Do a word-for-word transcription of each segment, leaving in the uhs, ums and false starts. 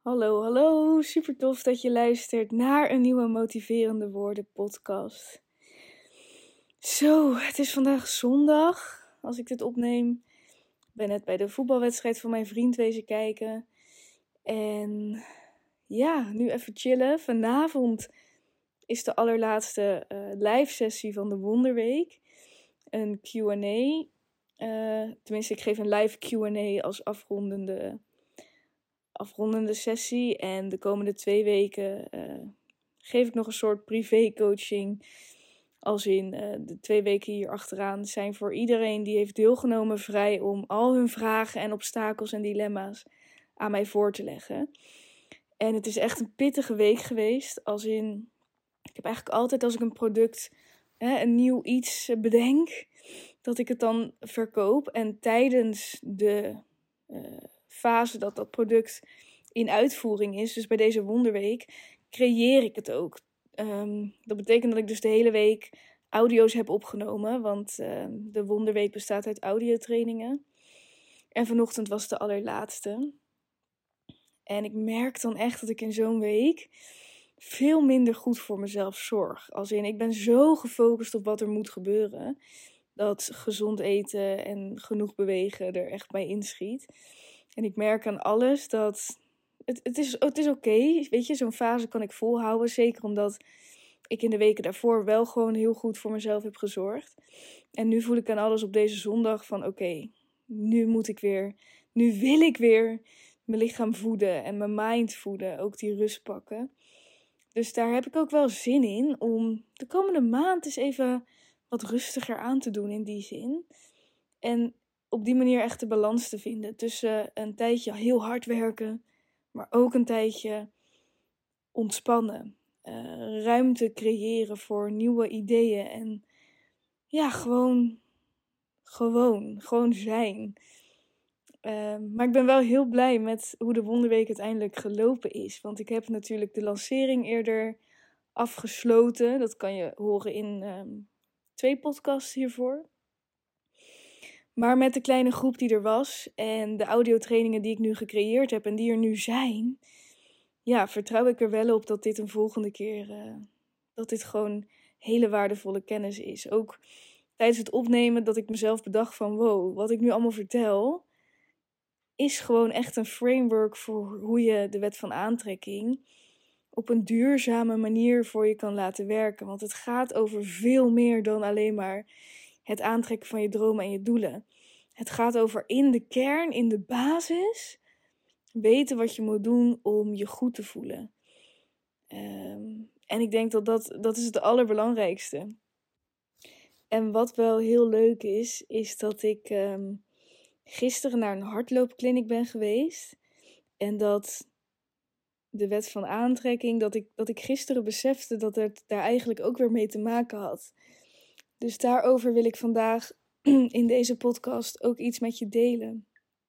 Hallo, hallo. Super tof dat je luistert naar een nieuwe Motiverende Woorden podcast. Zo, het is vandaag zondag als ik dit opneem. Ik ben net bij de voetbalwedstrijd van mijn vriend wezen kijken. En ja, nu even chillen. Vanavond is de allerlaatste uh, live sessie van de Wonderweek. Een Q en A. Uh, tenminste, ik geef een live Q en A als afrondende... afrondende sessie. En de komende twee weken uh, geef ik nog een soort privé coaching. Als in uh, de twee weken hier achteraan zijn voor iedereen die heeft deelgenomen vrij om al hun vragen en obstakels en dilemma's aan mij voor te leggen. En het is echt een pittige week geweest. Als in, ik heb eigenlijk altijd als ik een product, hè, een nieuw iets bedenk, dat ik het dan verkoop. En tijdens de uh, fase dat dat product in uitvoering is, dus bij deze Wonderweek, creëer ik het ook. Um, dat betekent dat ik dus de hele week audio's heb opgenomen, want uh, de Wonderweek bestaat uit audiotrainingen. En vanochtend was de allerlaatste. En ik merk dan echt dat ik in zo'n week veel minder goed voor mezelf zorg. Als in, ik ben zo gefocust op wat er moet gebeuren, dat gezond eten en genoeg bewegen er echt bij inschiet. En ik merk aan alles dat het, het is, het is oké. Okay. Weet je, zo'n fase kan ik volhouden. Zeker omdat ik in de weken daarvoor wel gewoon heel goed voor mezelf heb gezorgd. En nu voel ik aan alles op deze zondag van oké, okay, nu moet ik weer, nu wil ik weer mijn lichaam voeden en mijn mind voeden. Ook die rust pakken. Dus daar heb ik ook wel zin in om de komende maand eens even wat rustiger aan te doen in die zin. En op die manier echt de balans te vinden tussen een tijdje heel hard werken, maar ook een tijdje ontspannen. Uh, ruimte creëren voor nieuwe ideeën en ja, gewoon, gewoon, gewoon zijn. Uh, maar ik ben wel heel blij met hoe de Wonderweek uiteindelijk gelopen is. Want ik heb natuurlijk de lancering eerder afgesloten. Dat kan je horen in um, twee podcasts hiervoor. Maar met de kleine groep die er was en de audiotrainingen die ik nu gecreëerd heb en die er nu zijn, ja, vertrouw ik er wel op dat dit een volgende keer, uh, dat dit gewoon hele waardevolle kennis is. Ook tijdens het opnemen dat ik mezelf bedacht van wow, wat ik nu allemaal vertel, is gewoon echt een framework voor hoe je de wet van aantrekking op een duurzame manier voor je kan laten werken. Want het gaat over veel meer dan alleen maar het aantrekken van je dromen en je doelen. Het gaat over in de kern, in de basis, weten wat je moet doen om je goed te voelen. Um, en ik denk dat, dat dat is het allerbelangrijkste. En wat wel heel leuk is, is dat ik um, gisteren naar een hardloopkliniek ben geweest. En dat de wet van aantrekking, dat ik, dat ik gisteren besefte dat het daar eigenlijk ook weer mee te maken had. Dus daarover wil ik vandaag in deze podcast ook iets met je delen.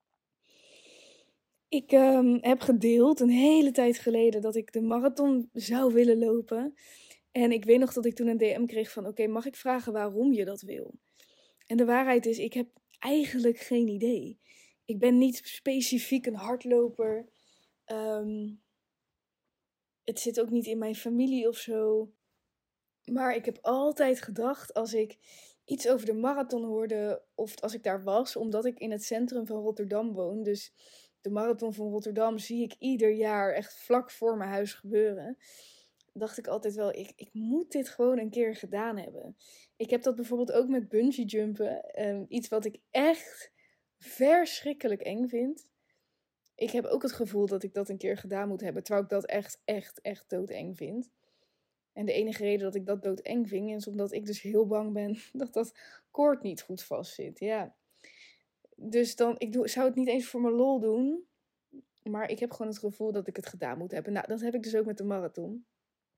Ik um, heb gedeeld een hele tijd geleden dat ik de marathon zou willen lopen. En ik weet nog dat ik toen een D M kreeg van oké, okay, mag ik vragen waarom je dat wil? En de waarheid is, ik heb eigenlijk geen idee. Ik ben niet specifiek een hardloper. Um, het zit ook niet in mijn familie of zo. Maar ik heb altijd gedacht, als ik iets over de marathon hoorde, of als ik daar was, omdat ik in het centrum van Rotterdam woon. Dus de marathon van Rotterdam zie ik ieder jaar echt vlak voor mijn huis gebeuren. Dacht ik altijd wel, ik, ik moet dit gewoon een keer gedaan hebben. Ik heb dat bijvoorbeeld ook met bungee jumpen. Um, iets wat ik echt verschrikkelijk eng vind. Ik heb ook het gevoel dat ik dat een keer gedaan moet hebben, terwijl ik dat echt, echt, echt doodeng vind. En de enige reden dat ik dat doodeng vind, is omdat ik dus heel bang ben dat dat koord niet goed vast zit. Ja. Dus dan, ik doe, zou het niet eens voor mijn lol doen. Maar ik heb gewoon het gevoel dat ik het gedaan moet hebben. Nou, dat heb ik dus ook met de marathon.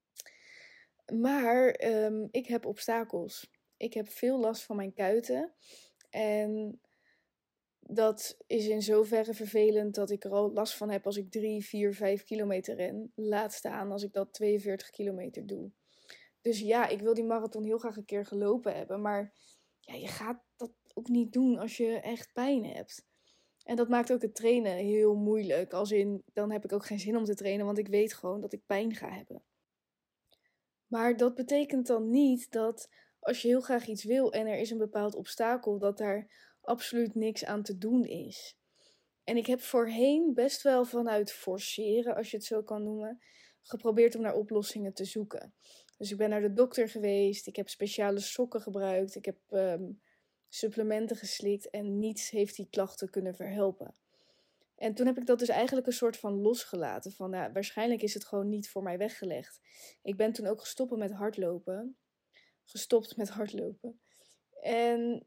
Maar um, ik heb obstakels. Ik heb veel last van mijn kuiten. En dat is in zoverre vervelend dat ik er al last van heb als ik drie, vier, vijf kilometer ren. Laat staan als ik dat tweeënveertig kilometer doe. Dus ja, ik wil die marathon heel graag een keer gelopen hebben. Maar ja, je gaat dat ook niet doen als je echt pijn hebt. En dat maakt ook het trainen heel moeilijk. Als in, dan heb ik ook geen zin om te trainen, want ik weet gewoon dat ik pijn ga hebben. Maar dat betekent dan niet dat als je heel graag iets wil en er is een bepaald obstakel, dat daar absoluut niks aan te doen is. En ik heb voorheen best wel vanuit forceren, als je het zo kan noemen, geprobeerd om naar oplossingen te zoeken. Dus ik ben naar de dokter geweest, ik heb speciale sokken gebruikt, ik heb um, supplementen geslikt en niets heeft die klachten kunnen verhelpen. En toen heb ik dat dus eigenlijk een soort van losgelaten. Van nou, waarschijnlijk is het gewoon niet voor mij weggelegd. Ik ben toen ook gestopt met hardlopen. Gestopt met hardlopen. En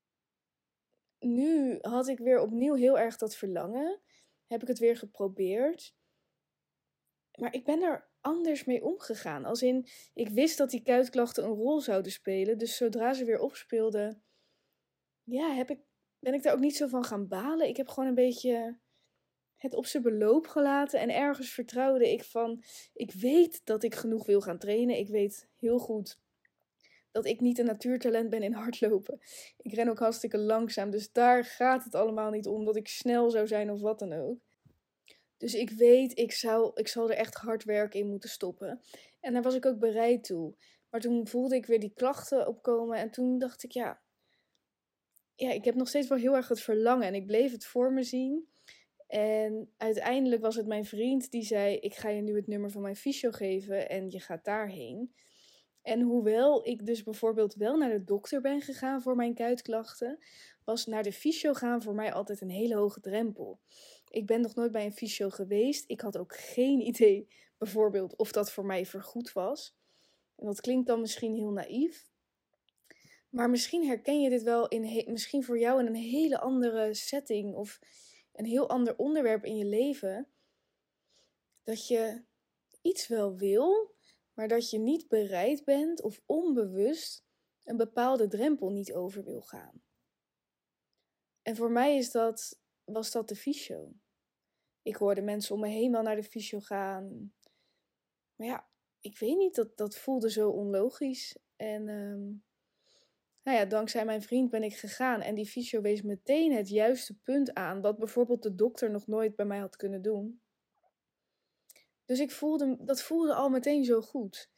nu had ik weer opnieuw heel erg dat verlangen. Heb ik het weer geprobeerd. Maar ik ben er anders mee omgegaan. Als in, ik wist dat die kuitklachten een rol zouden spelen. Dus zodra ze weer opspeelden, ja, heb ik, ben ik daar ook niet zo van gaan balen. Ik heb gewoon een beetje het op zijn beloop gelaten. En ergens vertrouwde ik van, ik weet dat ik genoeg wil gaan trainen. Ik weet heel goed dat ik niet een natuurtalent ben in hardlopen. Ik ren ook hartstikke langzaam. Dus daar gaat het allemaal niet om dat ik snel zou zijn of wat dan ook. Dus ik weet, ik, zou, ik zal er echt hard werk in moeten stoppen. En daar was ik ook bereid toe. Maar toen voelde ik weer die klachten opkomen. En toen dacht ik, ja, ja, ik heb nog steeds wel heel erg het verlangen. En ik bleef het voor me zien. En uiteindelijk was het mijn vriend die zei, ik ga je nu het nummer van mijn fysio geven en je gaat daarheen. En hoewel ik dus bijvoorbeeld wel naar de dokter ben gegaan voor mijn kuitklachten, was naar de fysio gaan voor mij altijd een hele hoge drempel. Ik ben nog nooit bij een fysio geweest. Ik had ook geen idee bijvoorbeeld of dat voor mij vergoed was. En dat klinkt dan misschien heel naïef. Maar misschien herken je dit wel in he- misschien voor jou in een hele andere setting of een heel ander onderwerp in je leven. Dat je iets wel wil, maar dat je niet bereid bent of onbewust een bepaalde drempel niet over wil gaan. En voor mij is dat, was dat de fysio. Ik hoorde mensen om me heen wel naar de fysio gaan. Maar ja, ik weet niet, dat, dat voelde zo onlogisch. En um, nou ja, dankzij mijn vriend ben ik gegaan. En die fysio wees meteen het juiste punt aan, wat bijvoorbeeld de dokter nog nooit bij mij had kunnen doen. Dus ik voelde, dat voelde al meteen zo goed.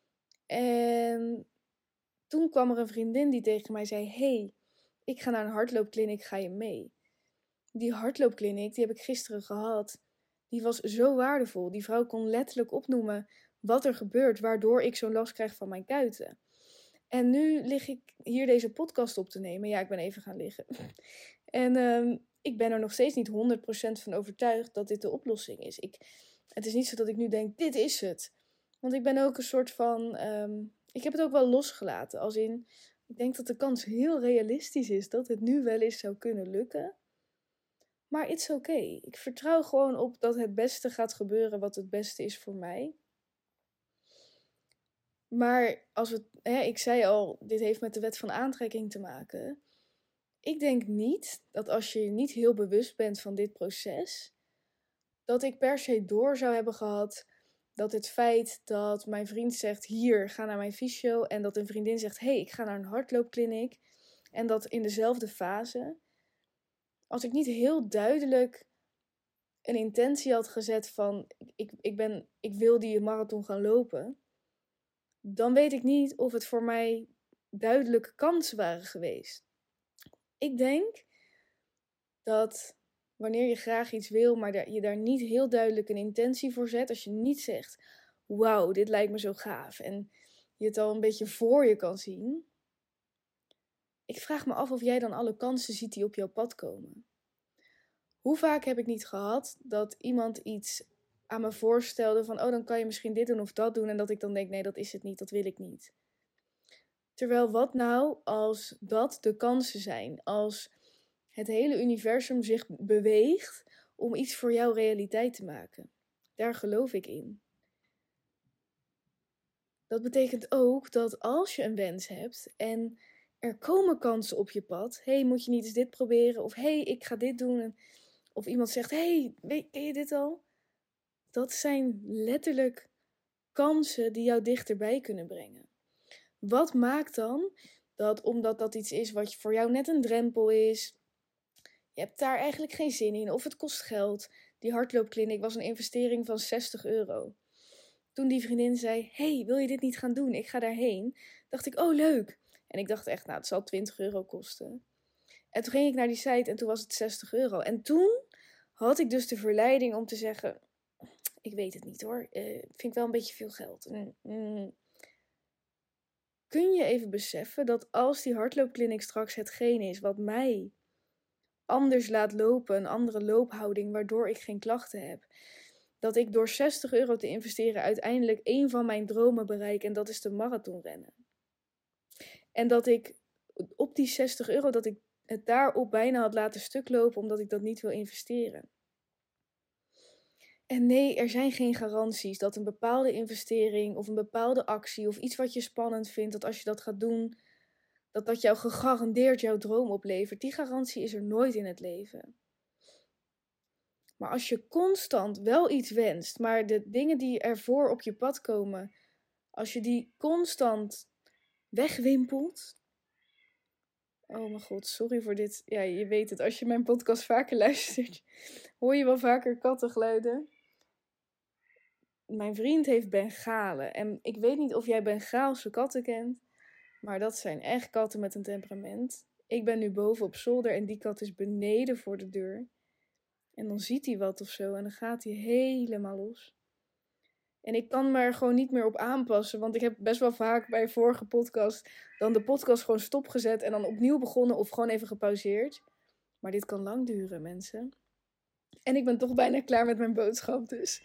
En toen kwam er een vriendin die tegen mij zei, hey, ik ga naar een hardloopkliniek, ga je mee? Die hardloopkliniek, die heb ik gisteren gehad. Die was zo waardevol. Die vrouw kon letterlijk opnoemen wat er gebeurt, waardoor ik zo'n last krijg van mijn kuiten. En nu lig ik hier deze podcast op te nemen. Ja, ik ben even gaan liggen. En um, ik ben er nog steeds niet honderd procent van overtuigd dat dit de oplossing is. Ik, het is niet zo dat ik nu denk, dit is het. Want ik ben ook een soort van, um, ik heb het ook wel losgelaten. Als in, ik denk dat de kans heel realistisch is dat het nu wel eens zou kunnen lukken. Maar it's oké. Okay. Ik vertrouw gewoon op dat het beste gaat gebeuren wat het beste is voor mij. Maar als we, hè, ik zei al, dit heeft met de wet van aantrekking te maken. Ik denk niet dat als je niet heel bewust bent van dit proces, dat ik per se door zou hebben gehad dat het feit dat mijn vriend zegt, hier, ga naar mijn fysio, en dat een vriendin zegt, hé, hey, ik ga naar een hardloopkliniek, en dat in dezelfde fase, als ik niet heel duidelijk een intentie had gezet van, ik, ik, ben, ik wil die marathon gaan lopen, dan weet ik niet of het voor mij duidelijke kansen waren geweest. Ik denk dat wanneer je graag iets wil, maar je daar niet heel duidelijk een intentie voor zet, als je niet zegt, wauw, dit lijkt me zo gaaf, en je het al een beetje voor je kan zien, ik vraag me af of jij dan alle kansen ziet die op jouw pad komen. Hoe vaak heb ik niet gehad dat iemand iets aan me voorstelde van, oh, dan kan je misschien dit doen of dat doen, en dat ik dan denk, nee, dat is het niet, dat wil ik niet. Terwijl wat nou als dat de kansen zijn, als het hele universum zich beweegt om iets voor jou realiteit te maken. Daar geloof ik in. Dat betekent ook dat als je een wens hebt en er komen kansen op je pad, hé, hey, moet je niet eens dit proberen, of hé, hey, ik ga dit doen, of iemand zegt, hé, hey, ken je dit al? Dat zijn letterlijk kansen die jou dichterbij kunnen brengen. Wat maakt dan dat, omdat dat iets is wat voor jou net een drempel is, je hebt daar eigenlijk geen zin in of het kost geld. Die hardloopkliniek was een investering van zestig euro. Toen die vriendin zei, hey, wil je dit niet gaan doen? Ik ga daarheen. Dacht ik, oh leuk. En ik dacht echt, nou, het zal twintig euro kosten. En toen ging ik naar die site en toen was het zestig euro. En toen had ik dus de verleiding om te zeggen, ik weet het niet hoor, uh, vind ik wel een beetje veel geld. Mm, mm. Kun je even beseffen dat als die hardloopkliniek straks hetgeen is wat mij anders laat lopen, een andere loophouding, waardoor ik geen klachten heb, dat ik door zestig euro te investeren uiteindelijk één van mijn dromen bereik en dat is de marathonrennen. En dat ik op die zestig euro, dat ik het daarop bijna had laten stuk lopen omdat ik dat niet wil investeren. En nee, er zijn geen garanties dat een bepaalde investering of een bepaalde actie of iets wat je spannend vindt, dat als je dat gaat doen, dat dat jou gegarandeerd jouw droom oplevert. Die garantie is er nooit in het leven. Maar als je constant wel iets wenst, maar de dingen die ervoor op je pad komen, als je die constant wegwimpelt. Oh mijn god, sorry voor dit. Ja, je weet het, als je mijn podcast vaker luistert, hoor je wel vaker kattengeluiden. Mijn vriend heeft Bengalen. En ik weet niet of jij Bengaalse katten kent, maar dat zijn echt katten met een temperament. Ik ben nu boven op zolder en die kat is beneden voor de deur. En dan ziet hij wat of zo en dan gaat hij helemaal los. En ik kan me er gewoon niet meer op aanpassen, want ik heb best wel vaak bij vorige podcast dan de podcast gewoon stopgezet en dan opnieuw begonnen of gewoon even gepauzeerd. Maar dit kan lang duren, mensen. En ik ben toch bijna klaar met mijn boodschap, dus.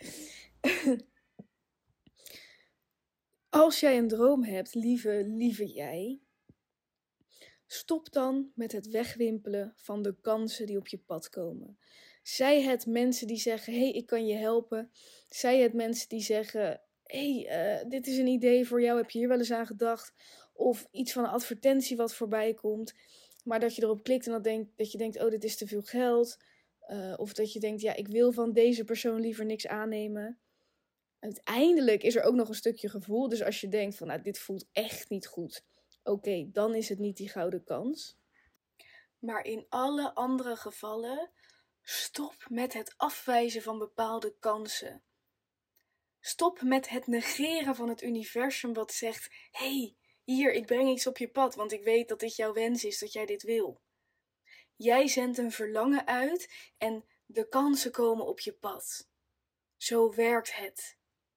Als jij een droom hebt, lieve, lieve jij, stop dan met het wegwimpelen van de kansen die op je pad komen. Zij het mensen die zeggen, hé, hey, ik kan je helpen. Zij het mensen die zeggen, hé, hey, uh, dit is een idee voor jou, heb je hier wel eens aan gedacht? Of iets van een advertentie wat voorbij komt, maar dat je erop klikt en dat, denk, dat je denkt, oh, dit is te veel geld. Uh, of dat je denkt, ja, ik wil van deze persoon liever niks aannemen. Uiteindelijk is er ook nog een stukje gevoel. Dus als je denkt van, nou, dit voelt echt niet goed. Oké, okay, dan is het niet die gouden kans. Maar in alle andere gevallen, stop met het afwijzen van bepaalde kansen. Stop met het negeren van het universum wat zegt, hé, hey, hier, ik breng iets op je pad, want ik weet dat dit jouw wens is, dat jij dit wil. Jij zendt een verlangen uit en de kansen komen op je pad. Zo werkt het.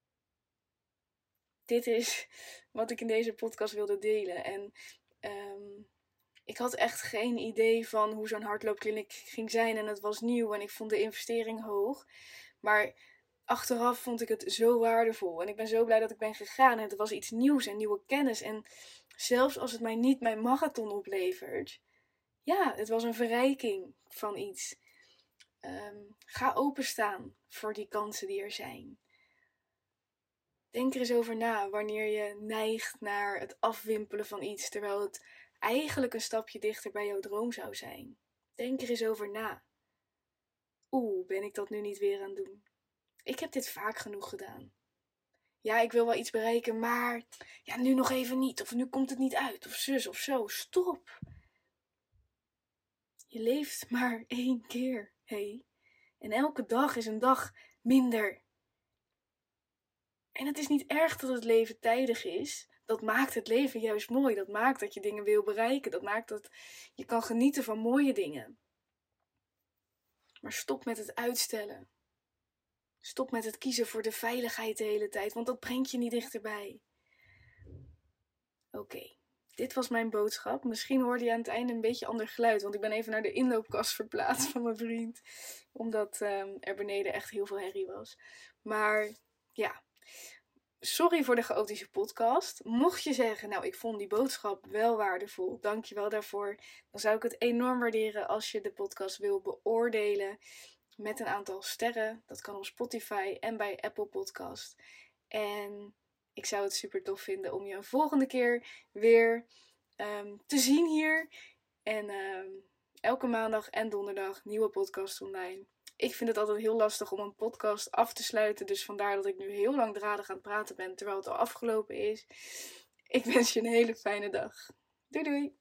Dit is wat ik in deze podcast wilde delen. En um, ik had echt geen idee van hoe zo'n hardloopkliniek ging zijn. En het was nieuw en ik vond de investering hoog. Maar achteraf vond ik het zo waardevol. En ik ben zo blij dat ik ben gegaan. En het was iets nieuws en nieuwe kennis. En zelfs als het mij niet mijn marathon oplevert. Ja, het was een verrijking van iets. Um, ga openstaan voor die kansen die er zijn. Denk er eens over na wanneer je neigt naar het afwimpelen van iets, terwijl het eigenlijk een stapje dichter bij jouw droom zou zijn. Denk er eens over na. Oeh, ben ik dat nu niet weer aan het doen? Ik heb dit vaak genoeg gedaan. Ja, ik wil wel iets bereiken, maar ja, nu nog even niet. Of nu komt het niet uit, of zus of zo. Stop. Je leeft maar één keer, hé. Hey. En elke dag is een dag minder. En het is niet erg dat het leven tijdig is. Dat maakt het leven juist mooi. Dat maakt dat je dingen wil bereiken. Dat maakt dat je kan genieten van mooie dingen. Maar stop met het uitstellen. Stop met het kiezen voor de veiligheid de hele tijd. Want dat brengt je niet dichterbij. Oké, okay, dit was mijn boodschap. Misschien hoorde je aan het einde een beetje ander geluid. Want ik ben even naar de inloopkast verplaatst van mijn vriend. Omdat um, er beneden echt heel veel herrie was. Maar ja... Sorry voor de chaotische podcast. Mocht je zeggen, nou, ik vond die boodschap wel waardevol, dank je wel daarvoor. Dan zou ik het enorm waarderen als je de podcast wil beoordelen met een aantal sterren. Dat kan op Spotify en bij Apple Podcast. En ik zou het super tof vinden om je een volgende keer weer um, te zien hier. En um, elke maandag en donderdag nieuwe podcast online. Ik vind het altijd heel lastig om een podcast af te sluiten. Dus vandaar dat ik nu heel langdradig aan het praten ben terwijl het al afgelopen is. Ik wens je een hele fijne dag. Doei doei!